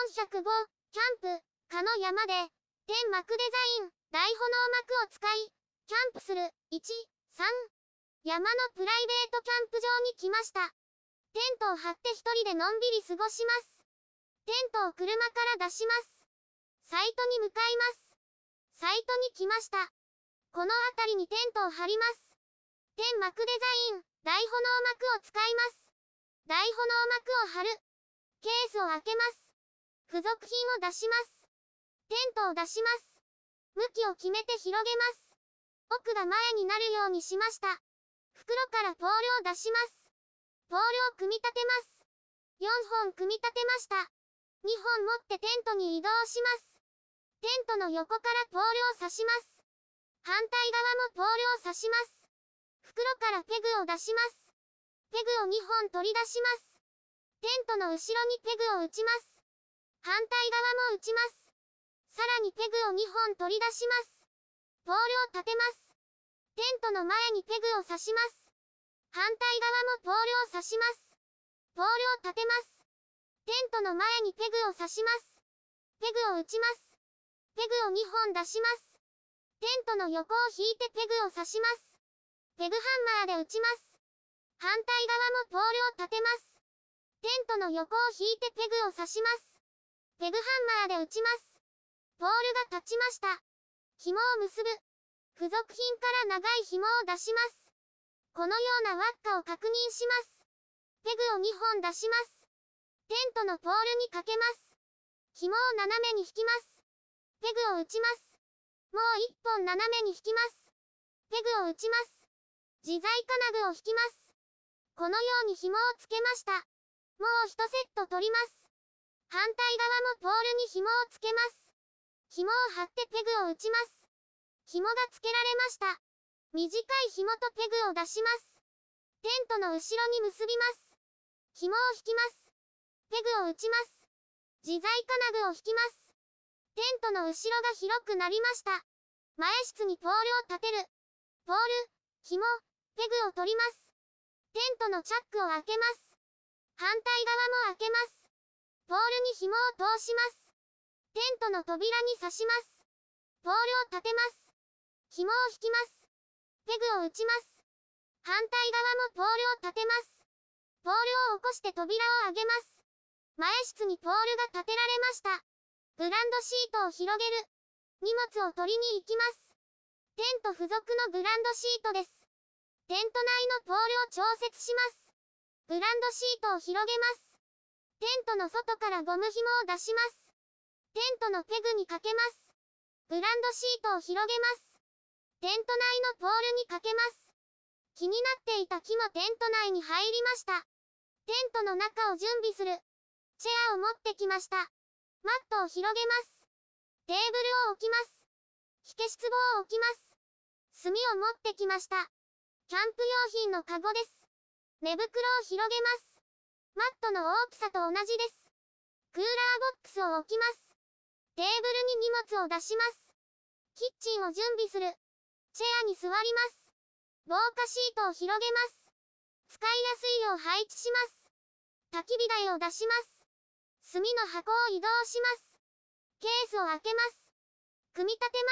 405、キャンプ、かの山で、天幕デザイン、台炎幕を使い、キャンプする、1、3。山のプライベートキャンプ場に来ました。テントを張って一人でのんびり過ごします。テントを車から出します。サイトに向かいます。サイトに来ました。この辺りにテントを張ります。天幕デザイン、台炎幕を使います。台炎幕を張る。ケースを開けます。付属品を出します。テントを出します。向きを決めて広げます。奥が前になるようにしました。袋からポールを出します。ポールを組み立てます。4本組み立てました。2本持ってテントに移動します。テントの横からポールを刺します。反対側もポールを刺します。袋からペグを出します。ペグを2本取り出します。テントの後ろにペグを打ちます。反対側も打ちます。さらにペグを2本取り出します。ポールを立てます。テントの前にペグを刺します。反対側もポールを刺します。ポールを立てます。テントの前にペグを刺します。ペグを打ちます。ペグを2本出します。テントの横を引いてペグを刺します。ペグハンマーで打ちます。反対側もポールを立てます。テントの横を引いてペグを刺します。ペグハンマーで打ちます。ポールが立ちました。紐を結ぶ。付属品から長い紐を出します。このような輪っかを確認します。ペグを2本出します。テントのポールにかけます。紐を斜めに引きます。ペグを打ちます。もう1本斜めに引きます。ペグを打ちます。自在金具を引きます。このように紐をつけました。もう1セット取ります。反対側もポールに紐をつけます。紐を張ってペグを打ちます。紐がつけられました。短い紐とペグを出します。テントの後ろに結びます。紐を引きます。ペグを打ちます。自在金具を引きます。テントの後ろが広くなりました。前室にポールを立てる。ポール、紐、ペグを取ります。テントのチャックを開けます。反対側も開けます。ポールに紐を通します。テントの扉に刺します。ポールを立てます。紐を引きます。ペグを打ちます。反対側もポールを立てます。ポールを起こして扉を上げます。前室にポールが立てられました。グランドシートを広げる。荷物を取りに行きます。テント付属のグランドシートです。テント内のポールを調節します。グランドシートを広げます。テントの外からゴム紐を出します。テントのペグにかけます。グランドシートを広げます。テント内のポールにかけます。気になっていた木もテント内に入りました。テントの中を準備する。チェアを持ってきました。マットを広げます。テーブルを置きます。火消し壺を置きます。炭を持ってきました。キャンプ用品のカゴです。寝袋を広げます。マットの大きさと同じです。クーラーボックスを置きます。テーブルに荷物を出します。キッチンを準備する。チェアに座ります。防火シートを広げます。使いやすいよう配置します。焚き火台を出します。炭の箱を移動します。ケースを開けます。組み立てます。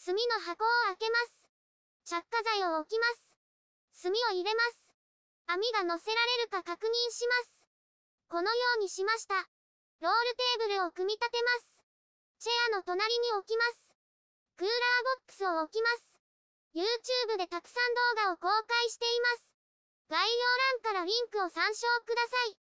炭の箱を開けます。着火剤を置きます。炭を入れます。網が乗せられるか確認します。このようにしました。ロールテーブルを組み立てます。チェアの隣に置きます。クーラーボックスを置きます。YouTube でたくさん動画を公開しています。概要欄からリンクを参照ください。